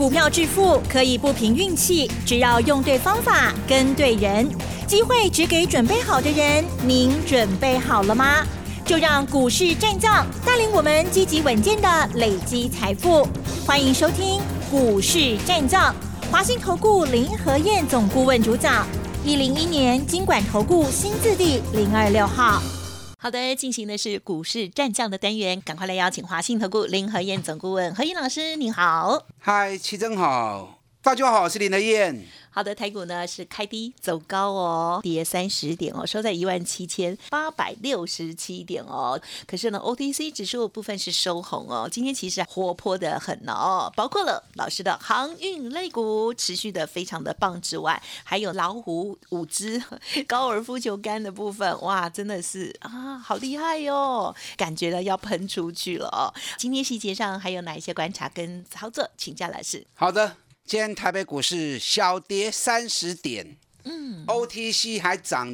股票致富可以不凭运气，只要用对方法、跟对人，机会只给准备好的人。您准备好了吗？就让股市战将带领我们积极稳健的累积财富。欢迎收听股市战将，华信投顾林和彥总顾问主讲，101年金管投顾新字第026号。好的，进行的是股市战将的单元，赶快来邀请华信投顾林和彥总顾问何彥老师，您好。 嗨，齐真好，大家好，我是林和彥。 好的，台股呢是开低走高哦，跌30点哦，收在17867点哦。可是呢 ，OTC 指数的部分是收红哦。今天其实活泼的很哦，包括了老师的航运类股持续的非常的棒之外，还有老虎5只高尔夫球杆的部分，哇，真的是啊，好厉害哟，感觉呢要喷出去了哦。今天细节上还有哪一些观察跟操作，请教老师。 好的。今天台北股市小跌30点，OTC 还涨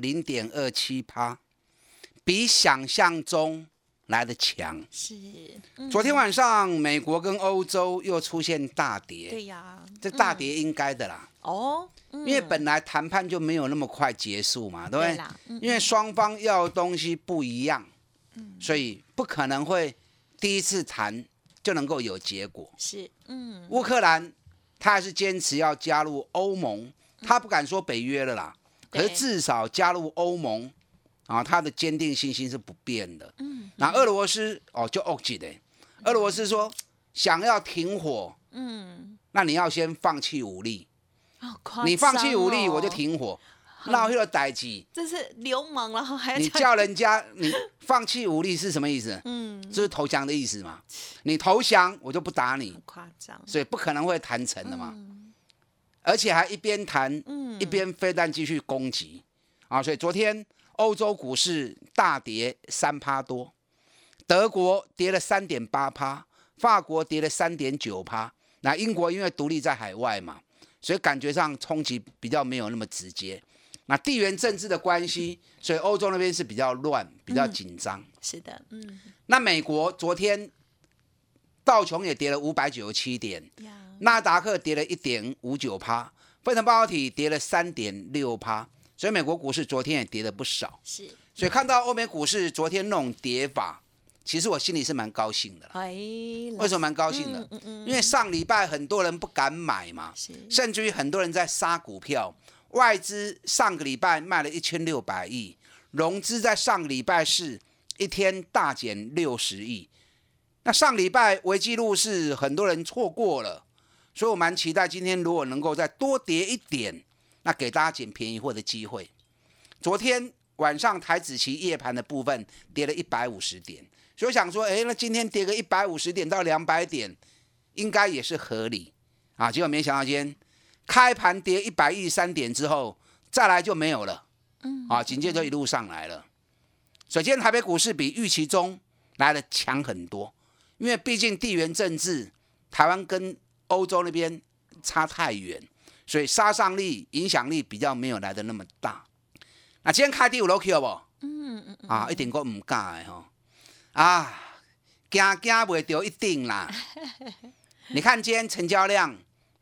0.27%，比想象中来得强。 是， 昨天晚上美国跟欧洲又出现大跌， 对呀， 这大跌应该的啦。因为本来谈判就没有那么快结束嘛，对不对？因为双方要的东西不一样，所以不可能会第一次谈就能够有结果。 是， 乌克兰。他还是坚持要加入欧盟，他不敢说北约了啦，可是至少加入欧盟啊，他的坚定信心是不变的。那俄罗斯就恶极的，俄罗斯说想要停火，那你要先放弃武力，你放弃武力我就停火。闹了代志， 这是流氓，然后还要你叫人家你放弃武力是什么意思？就是投降的意思嘛。你投降，我就不打你， 夸张， 所以不可能会谈成的嘛。而且还一边谈，一边飞弹继续攻击啊！所以昨天欧洲股市大跌3%多，德国跌了3.8%，法国跌了3.9%。那英国因为独立在海外嘛，所以感觉上冲击比较没有那么直接。那地缘政治的关系，所以欧洲那边是比较乱、比较紧张。 是的， 那美国昨天道琼也跌了597点，纳达克跌了1.59%，费城半导体跌了3.6%，所以美国股市昨天也跌了不少。 是， 所以看到欧美股市昨天那种跌法，其实我心里是蛮高兴的。为什么蛮高兴的？因为上礼拜很多人不敢买嘛，甚至于很多人在杀股票。外资上个礼拜卖了1600亿，融资在上个礼拜是一天大减60亿。那上礼拜危机入市，很多人错过了，所以我蛮期待今天如果能够再多跌一点，那给大家捡便宜货的机会。昨天晚上台指期夜盘的部分跌了150点，所以我想说，那今天跌个150点到200点，应该也是合理啊。结果没想到今天开盘跌113点之后，再来就没有了，紧接着就一路上来了。所以今天台北股市比预期中来的强很多，因为毕竟地缘政治，台湾跟欧洲那边差太远，所以杀伤力、影响力比较没有来的那么大。那今天开低有落去了不？一定我唔敢的惊袂到一定啦。你看今天成交量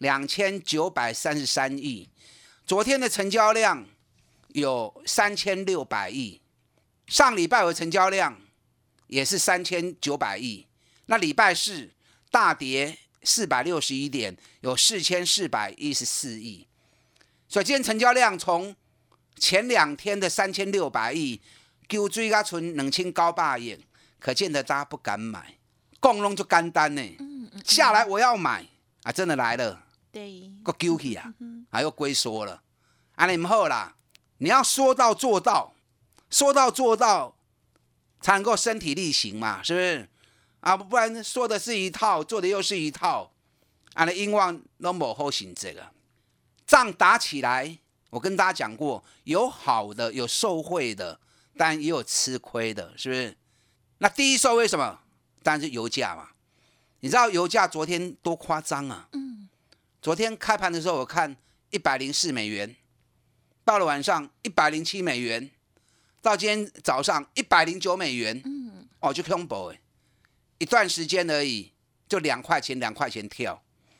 2933亿，昨天的成交量有3600亿，上礼拜有成交量也是3900亿，那礼拜四大跌461点，有4414亿，所以今天成交量从前2天的3600亿，救追到剩2900亿，可见得大家不敢买，讲拢就简单呢，下来我要买啊，真的来了。 对， 又丢去啊，又龟缩了，你不好啦，你要说到做到，说到做到，才能够身体力行嘛，是不是？不然说的是一套，做的又是一套，英望都没好行这个。仗打起来，我跟大家讲过，有好的，有受惠的，但也有吃亏的，是不是？那第一受惠什么？当然是油价嘛。你知道油价昨天多夸张啊？昨天开盘的时候，我看104美元，到了晚上107美元，到今天早上109美元，就恐怖哎！一段时间而已，就2块钱跳。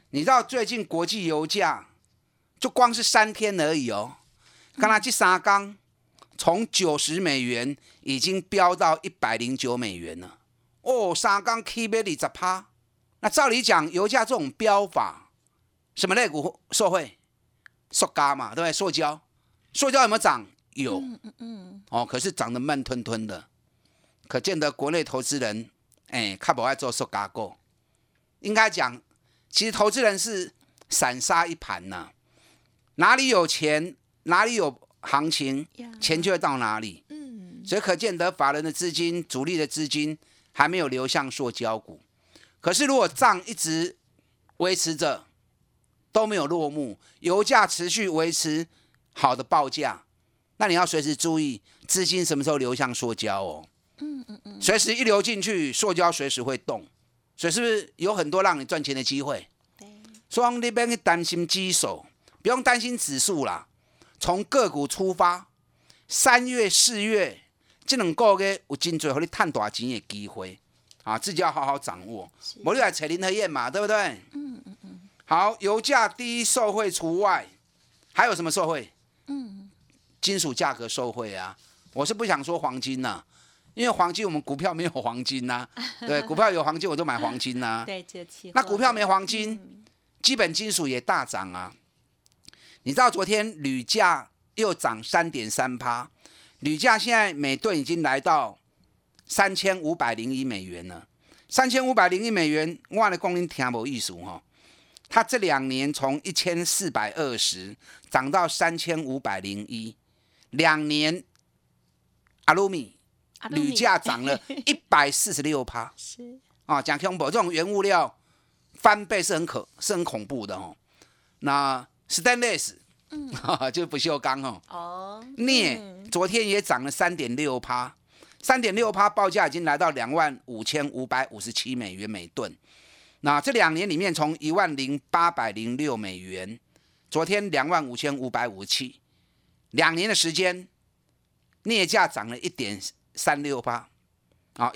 你知道最近国际油价就光是3天而已哦，刚才这3天从90美元已经飙到109美元了。哦，3天起码20%。那照理讲，油价这种飙法，什么类股受惠？塑胶嘛，对不对？塑胶有没有涨？有。哦，可是涨得慢吞吞的，可见得国内投资人较不爱做塑胶股。应该讲，其实投资人是散沙一盘呐，哪里有钱，哪里有行情，钱就会到哪里。所以可见得法人的资金、主力的资金还没有流向塑胶股。可是如果涨一直维持着，都没有落幕，油价持续维持好的报价，那你要随时注意资金什么时候流向塑胶哦。随时一流进去，塑胶随时会动，所以是不是有很多让你赚钱的机会？所以你不用担心基手，不用担心指数啦。从个股出发，3月、4月这2个月有真多让你赚大钱的机会啊，自己要好好掌握。不然你来找林和燕嘛，对不对？好，油价低受惠除外，还有什么受惠？金属价格受惠啊。我是不想说黄金啊，因为黄金我们股票没有黄金啊。对，股票有黄金我就买黄金啊。 对， 那股票没黄金，基本金属也大涨啊。你知道昨天铝价又涨 3.3%， 铝价现在每吨已经来到3501美元了。3501美元，我来讲你听没意思哈。它这2年从1420涨到3501，2年阿鲁米铝价涨了146%。是啊，讲恐怖，这种原物料翻倍是很恐怖的哦。那 stainless 就是不锈钢哦。镍昨天也涨了 3.6%，3.6%报价已经来到25,557美元每吨。那这2年里面，从10,806美元，昨天25,557，2年的时间，镍价涨了 1.36%， 啊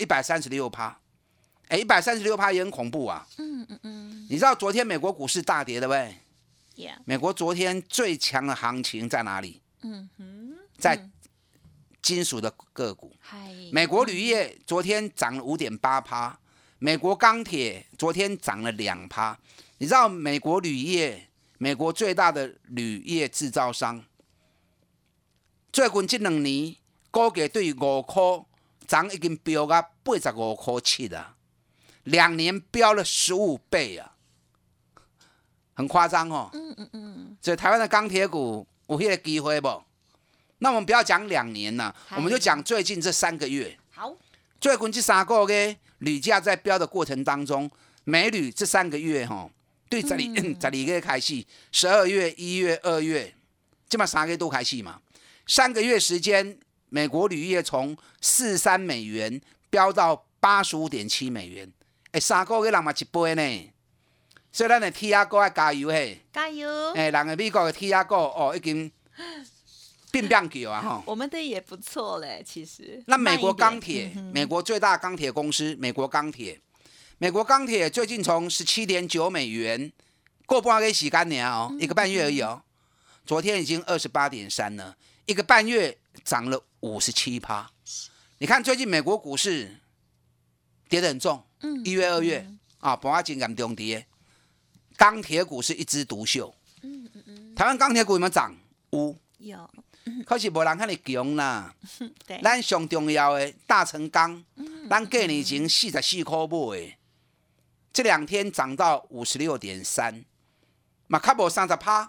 ，136%，136%也很恐怖啊。你知道昨天美国股市大跌对不对？美国昨天最强的行情在哪里？在金属的个股。美国铝业昨天涨了 5.8%。美国钢铁昨天涨了 2%， 你知道美国铝业，美国最大的铝业制造商，最近这2年股价对5块，涨已经飙到85.7块了，2年飙了15倍啊，很夸张哦。所以台湾的钢铁股有那个机会不？那我们不要讲2年了，我们就讲最近这3个月。好，最近这3个月。铝价在飙的过程当中，美铝这3个月对12月开始，12月、1月、2月，这么3个月都开始嘛。3个月时间，美国铝业从43美元飙到85.7美元，3个月人嘛1倍呢。所以咱的 TR 股要加油嘿， 加油！ 人的美国的 TR 股已经变叫啊！ 我们的也不错嘞，其实。 那美国钢铁，美国最大钢铁公司美国钢铁最近从17.9美元过半个时间而已，1个半月而已哦。昨天已经28.3了，1个半月涨了57%。你看最近美国股市跌得很重，1月、2月啊，半真严重跌。钢铁股是一枝独秀。台湾钢铁股有没有涨？ 有。 可是没人那么强啦。咱上重要的大成钢，咱过年前44块买的，这2天涨到56.3，嘛较无30%，27%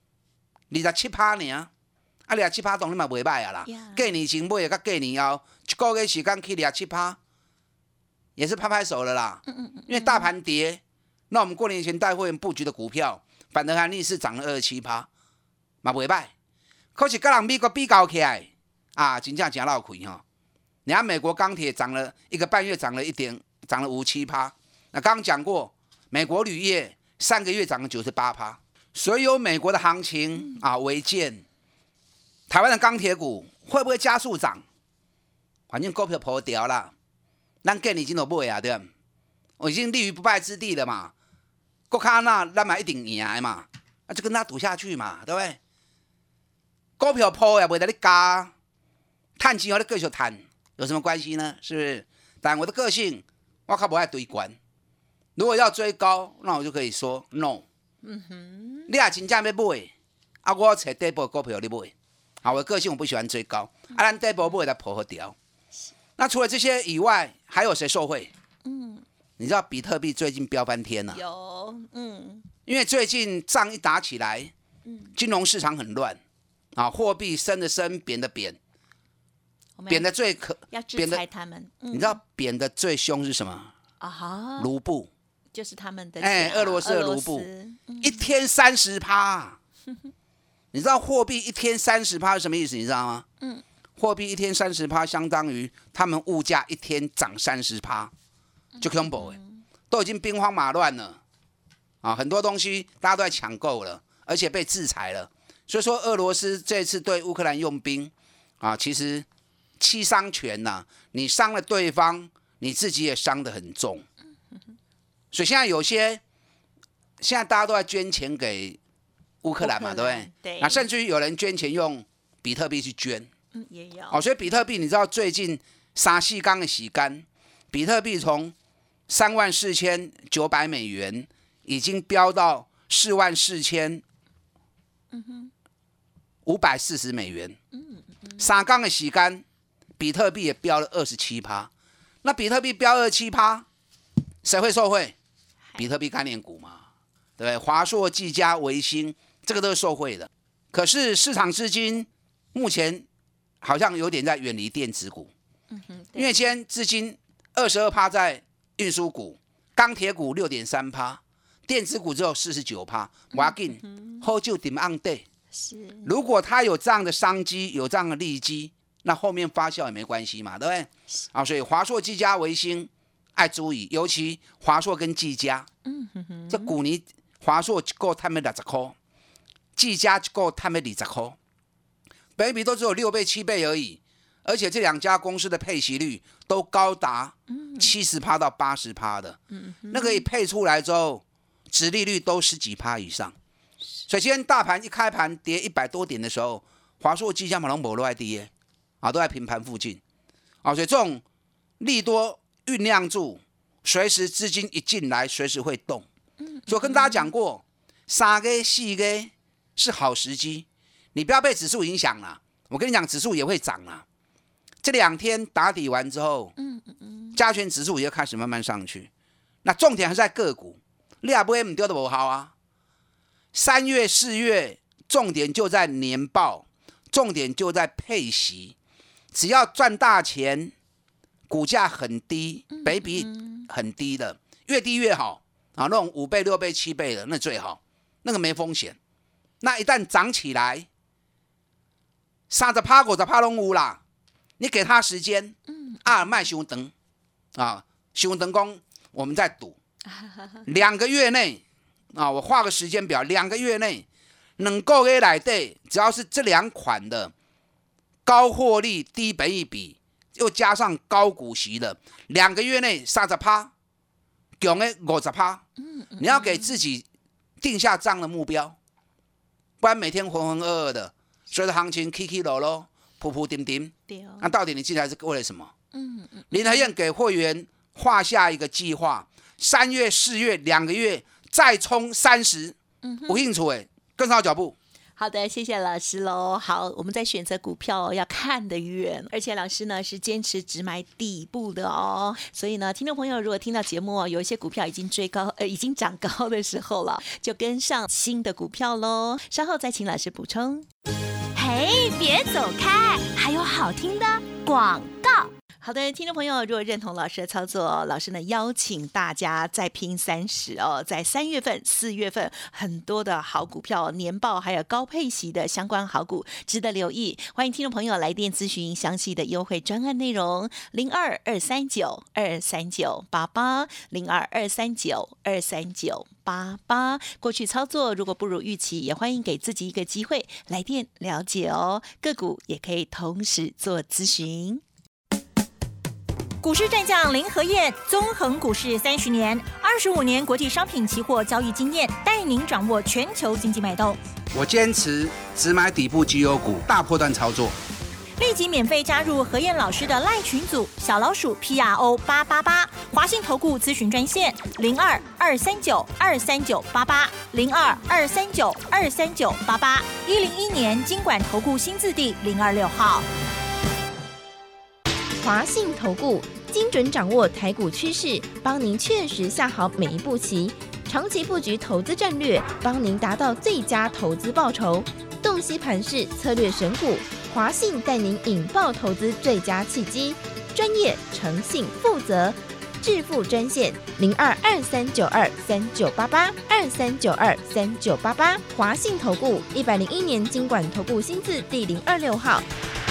尔。27%当然嘛袂歹啊啦。过年前买的，甲过年后1个月时间去27%，也是拍拍手了啦。因为大盘跌，那我们过年前带会员布局的股票，反而还逆势涨了27%，嘛袂歹。可是跟人美国比较起来啊，真正真闹亏哈！你看美国钢铁涨了1个半月，涨了57%。那刚刚讲过，美国铝业3个月涨了98%。所以有美国的行情啊为鉴，台湾的钢铁股会不会加速涨？反正股票破掉了，咱过年前就买啊，对吧？我已经立于不败之地了嘛。 国卡那咱嘛一定赢的嘛，就跟他赌下去嘛，对不对？股票破也袂得你加，赚钱你继续赚，有什么关系呢？是不是？但我的个性，我较不爱追关。如果要追高，那我就可以说 no。你也真正要买，我找底部股票你买。我的个性我不喜欢追高，咱底部买来破好掉。那除了这些以外，还有谁受惠？你知道比特币最近飙翻天了？ 有， 因为最近仗一打起来，金融市场很乱货币升的升，贬的贬，贬的最要制裁他们。 你知道贬的最凶是什么？卢布， 就是他们的俄罗斯的卢布，一天30%。你知道货币一天30%是什么意思？你知道吗？货币一天30%相当于他们物价一天涨30%，就恐怖都已经兵荒马乱了很多东西大家都在抢购了，而且被制裁了。所以说俄罗斯这次对乌克兰用兵其实七伤拳你伤了对方，你自己也伤得很重。所以现在大家都在捐钱给乌克兰嘛，对不对？ 对。 那甚至于有人捐钱用比特币去捐， 也有。 所以比特币你知道最近3-4天的时间，比特币从34,900美元已经飙到44,540美元。3天的时间，比特币也飙了27%。那比特币飙27%，谁会受惠？比特币概念股嘛，对不对？华硕、技嘉、微星，这个都是受惠的。可是市场资金目前好像有点在远离电子股，因为今天资金22%在运输股，钢铁股6.3%，电子股只有49%。不要紧，好就点按对。如果它有这样的商机，有这样的利基，那后面发酵也没关系嘛，对不对？所以华硕、技嘉、微星爱注意，尤其华硕跟技嘉，这去年华硕一个赚要60块，技嘉一个赚要20块，本益比都只有6倍、7倍而已，而且这两家公司的配息率都高达70%到80%的，那个一配出来之后，殖利率都10几%以上。所以今天大盘一开盘跌100多点的时候，华硕、技嘉嘛拢没落来跌都在平盘附近所以这种利多酝酿住，随时资金一进来，随时会动。所以我跟大家讲过，3个、4个是好时机，你不要被指数影响了。我跟你讲，指数也会涨了。这2天打底完之后，加权指数也开始慢慢上去。那重点还是在个股，你也不会唔丢的不好啊。3月、4月重点就在年报，重点就在配息。只要赚大钱，股价很低，本益比很低的，越低越好那种5倍、6倍、7倍的那最好，那个没风险。那一旦涨起来，30%、50%都有啦。你给他时间卖伤长伤长讲我们在赌2个月内我画个时间表，2个月内2个月内底，只要是这2款的高获利、低本益比，又加上高股息的，2个月内30%，强的50%，你要给自己定下这样的目标，不然每天浑浑噩噩的，随着行情起起落落、扑扑丁丁，那到底你进来是为了什么？林和燕给会员画下一个计划，3月、4月2个月再冲30，有兴趣跟上脚步。 好的，谢谢老师喽。好，我们在选择股票要看得远，而且老师呢是坚持只买底部的哦。所以呢，听众朋友如果听到节目有一些股票已经已经涨高的时候了，就跟上新的股票喽。稍后再请老师补充。 嘿，别走开，还有好听的广告。 好的，听众朋友，如果认同老师的操作，老师呢邀请大家再拼30哦，在3月份、4月份很多的好股票、年报还有高配息的相关好股，值得留意。欢迎听众朋友来电咨询详细的优惠专案内容，02-239-23988，02-239-23988。过去操作如果不如预期，也欢迎给自己一个机会来电了解哦。个股也可以同时做咨询。 股市战将林和燕，纵横股市30年，25年国际商品期货交易经验，带您掌握全球经济脉动。 我坚持只买底部绩优股，大波段操作。 立即免费加入和燕老师的赖群组，小老鼠 PRO888，华信投顾咨询专线02-239-23988，02-239-23988，101年金管投顾新字第026号。 华信投顾精准掌握台股趋势，帮您确实下好每一步棋，长期布局投资战略，帮您达到最佳投资报酬。洞悉盘势，策略选股，华信带您引爆投资最佳契机，专业、诚信、负责，致富专线02-2392-3988，2392-3988，华信投顾101年金管投顾新字第026号。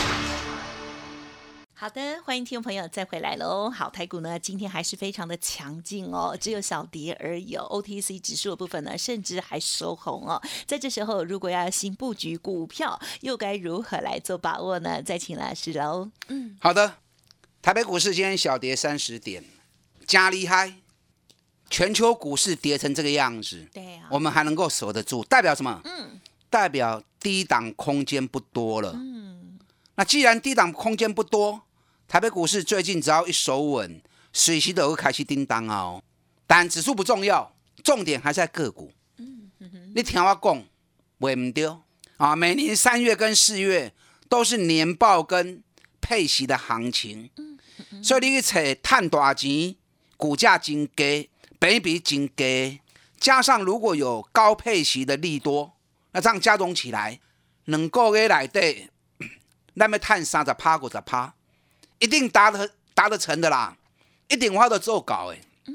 好的，欢迎听众朋友再回来喽。好，台股呢今天还是非常的强劲哦，只有小跌而已。OTC 指数的部分呢，甚至还收红哦。在这时候，如果要新布局股票，又该如何来做把握呢？再请老师喽。 好的，台北股市今天小跌30点，加厉害。全球股市跌成这个样子，对啊，我们还能够守得住，代表什么？代表低档空间不多了。那既然低档空间不多，台北股市最近只要一守稳，随时都会开始叮当哦。但指数不重要，重点还是在个股。你听我讲，袂唔对啊！每年3月跟4月都是年报跟配息的行情，所以你去找赚大钱，股价真低，本益比真低，加上如果有高配息的利多，那这样加总起来，2个月内底，咱要赚30%、50%。一定达得成的啦，一定我都做到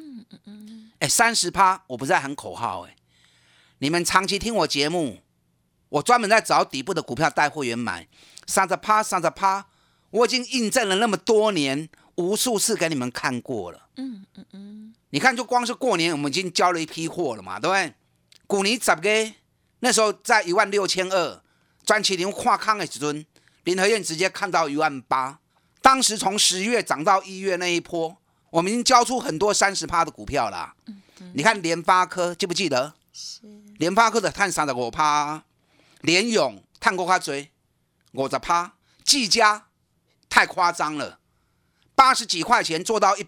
30%，我不是在喊口号你们长期听我节目，我专门在找底部的股票带会员买30%，我已经印证了那么多年，无数次给你们看过了。你看，就光是过年，我们已经交了一批货了嘛，对不对？去年10月那时候在16200，专期零看空的时候，林和燕直接看到18000。当时从10月涨到1月那一波，我们已经交出很多30%的股票了。你看联发科，记不记得？联发科的赚35%，联咏赚过较多50%，技嘉太夸张了，80几块钱做到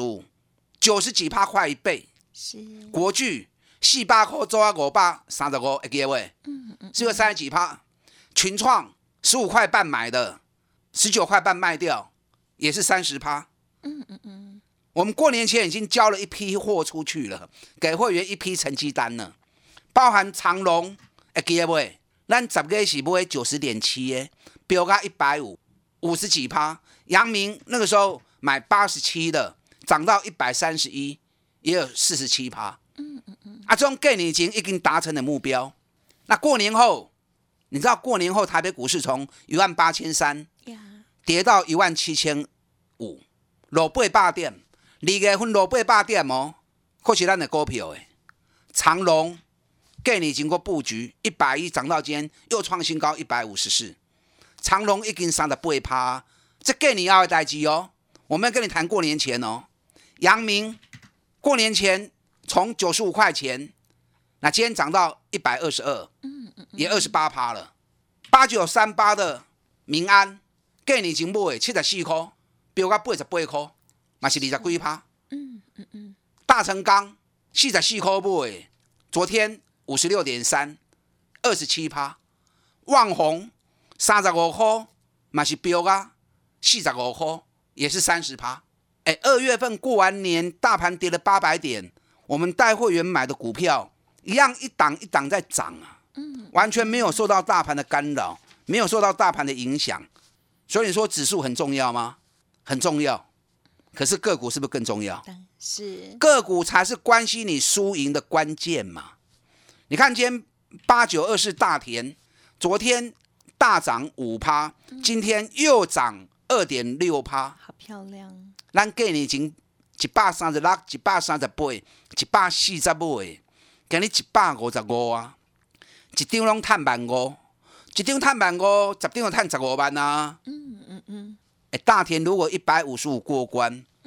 155，90几%快1倍。国巨400块做到535，会记得喂？是不是30几%？群创15块半买的。19块半卖掉，也是30%。我们过年前已经交了一批货出去了，给会员一批成绩单了，包含长荣，会记得不？咱10月是买 90.7 的，飙到150，50几%。阳明那个时候买87的，涨到131，也有47%。这种概念已经达成了目标。那过年后，你知道过年后台北股市从18300。跌到17500，落800点，2月份落800点哦，可是咱的股票长荣，去年经过布局110涨到今天又创新高154，长荣已经38%，这去年后的代志哦，我们要跟你谈过年前哦。阳明过年前从95块钱，那今天涨到122，也28%了。8938的民安。去年前买的74块，飙到88块，嘛是20几%。大成钢44块买的，昨天56.3，27%。旺宏35块，嘛是飙到45块，也是30%。2月份过完年，大盘跌了800点，我们带会员买的股票一样一档一档在涨啊，完全没有受到大盘的干扰，没有受到大盘的影响。所以你说指数很重要吗？很重要，可是个股是不是更重要？ 是， 个股才是关系你输赢的关键嘛。你看今天8924大田，昨天大涨5%，今天又涨2.6%， 好漂亮。 咱过年前136、138、140买，今日155啊，一张拢赚15000，一张赚15000，10张就赚15万啊。大田如果155过关，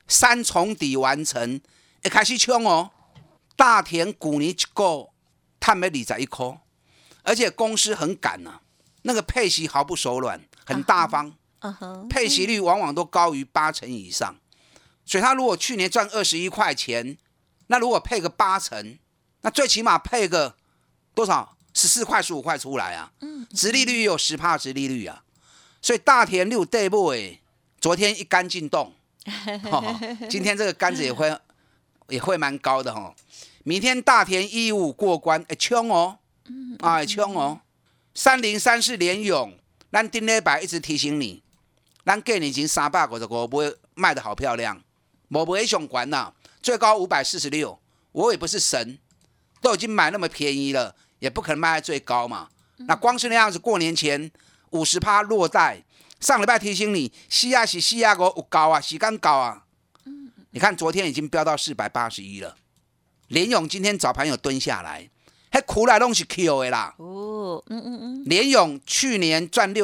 三重底完成，会开始冲哦。大田去年一个赚了21块，而且公司很赶啊，那个配息毫不手软，很大方，配息率往往都高于80%以上。所以他如果去年赚21块钱，那如果配个80%，那最起码配个多少？14块、15块出来啊。殖利率也有10%殖利率啊。所以大田6对不诶，昨天一杆进洞，今天这个杆子也会蛮高的哈。明天大田155过关，冲哦，冲哦。3034联咏，咱顶礼拜一直提醒你，咱过年前355不会卖得好漂亮，没会上关呐，最高546，我也不是神，都已经买那么便宜了，也不可能卖在最高嘛。那光是那样子，过年前50%落袋。上礼拜提醒你，45有高啊，时间高啊。你看昨天已经飙到481了。联咏今天早盘有蹲下来，那苦来都是 Q 的啦。联咏去年赚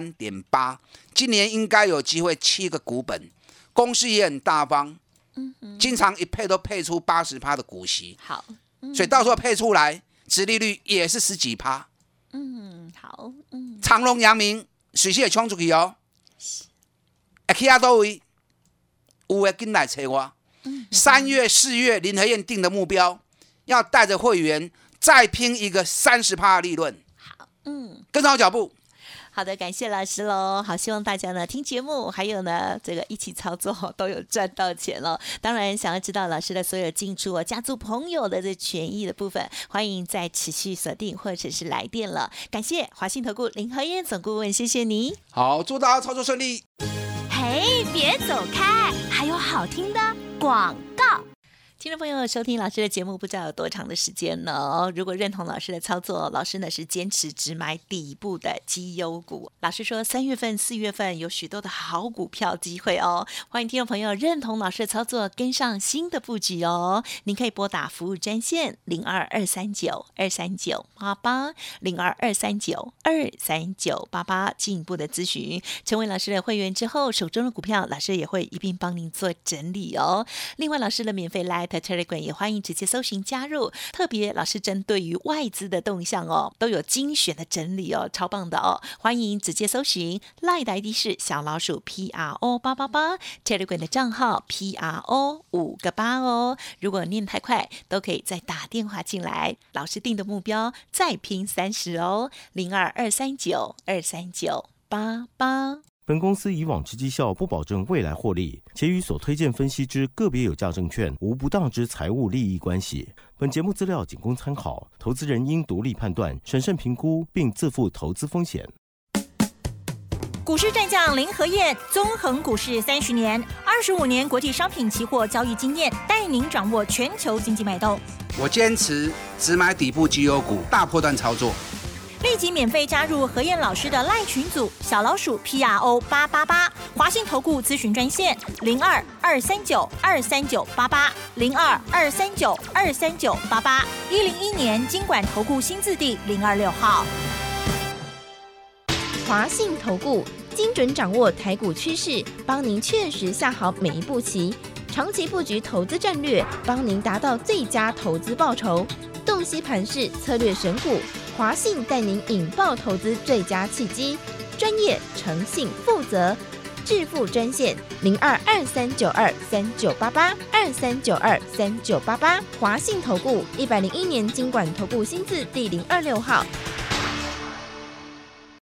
63.8，今年应该有机会7个股本，公司也很大方，经常一配都配出80%的股息。好，所以到时候配出来，殖利率也是10几%。 好， 长荣、阳明随时会冲出去哦。会去到位，有的紧来找我。3月、4月林和彥定的目标，要带着会员再拼一个30%的利润。好，跟上我脚步。 好的，感谢老师喽。好，希望大家呢听节目，还有呢这个一起操作都有赚到钱喽。当然，想要知道老师的所有进出家族朋友的这权益的部分，欢迎再持续锁定或者是来电了。感谢华信投顾林和彥总顾问，谢谢你。 好，祝大家操作顺利。 嘿，别走开，还有好听的广告。 听众朋友，收听老师的节目不知道有多长的时间呢？如果认同老师的操作，老师呢是坚持只买底部的绩优股。老师说3月份、4月份有许多的好股票机会哦，欢迎听众朋友认同老师的操作，跟上新的布局哦。您可以拨打服务专线02-239-23988 02-239-23988进一步的咨询。成为老师的会员之后，手中的股票老师也会一并帮您做整理哦。另外，老师的免费Telegram 也欢迎直接搜寻加入，特别老师针对于外资的动向哦，都有精选的整理哦，超棒的哦，欢迎直接搜寻 LINE 的 ID 是小老鼠 PRO888 Telegram 的账号 PRO5个8哦，如果念太快都可以再打电话进来，老师定的目标再拼30哦，02-239-23988。 本公司以往之绩效不保证未来获利，且与所推荐分析之个别有价证券无不当之财务利益关系。本节目资料仅供参考，投资人应独立判断、审慎评估，并自负投资风险。 股市战将林和彥，纵横股市30年，25年国际商品期货交易经验，带您掌握全球经济脉动。 我坚持只买底部绩优股，大波段操作。 立即免费加入和彥老师的 LINE 群组，小老鼠 PRO888，华信投顾咨询专线02-239-23988 02-239-23988 101年金管投顾新字第026号。 华信投顾精准掌握台股趋势，帮您确实下好每一步棋，长期布局投资战略，帮您达到最佳投资报酬。洞悉盘势，策略选股，华信带您引爆投资最佳契机，专业、诚信、负责，致富专线02-2392-3988 2392-3988，华信投顾101年金管投顾新字第026号。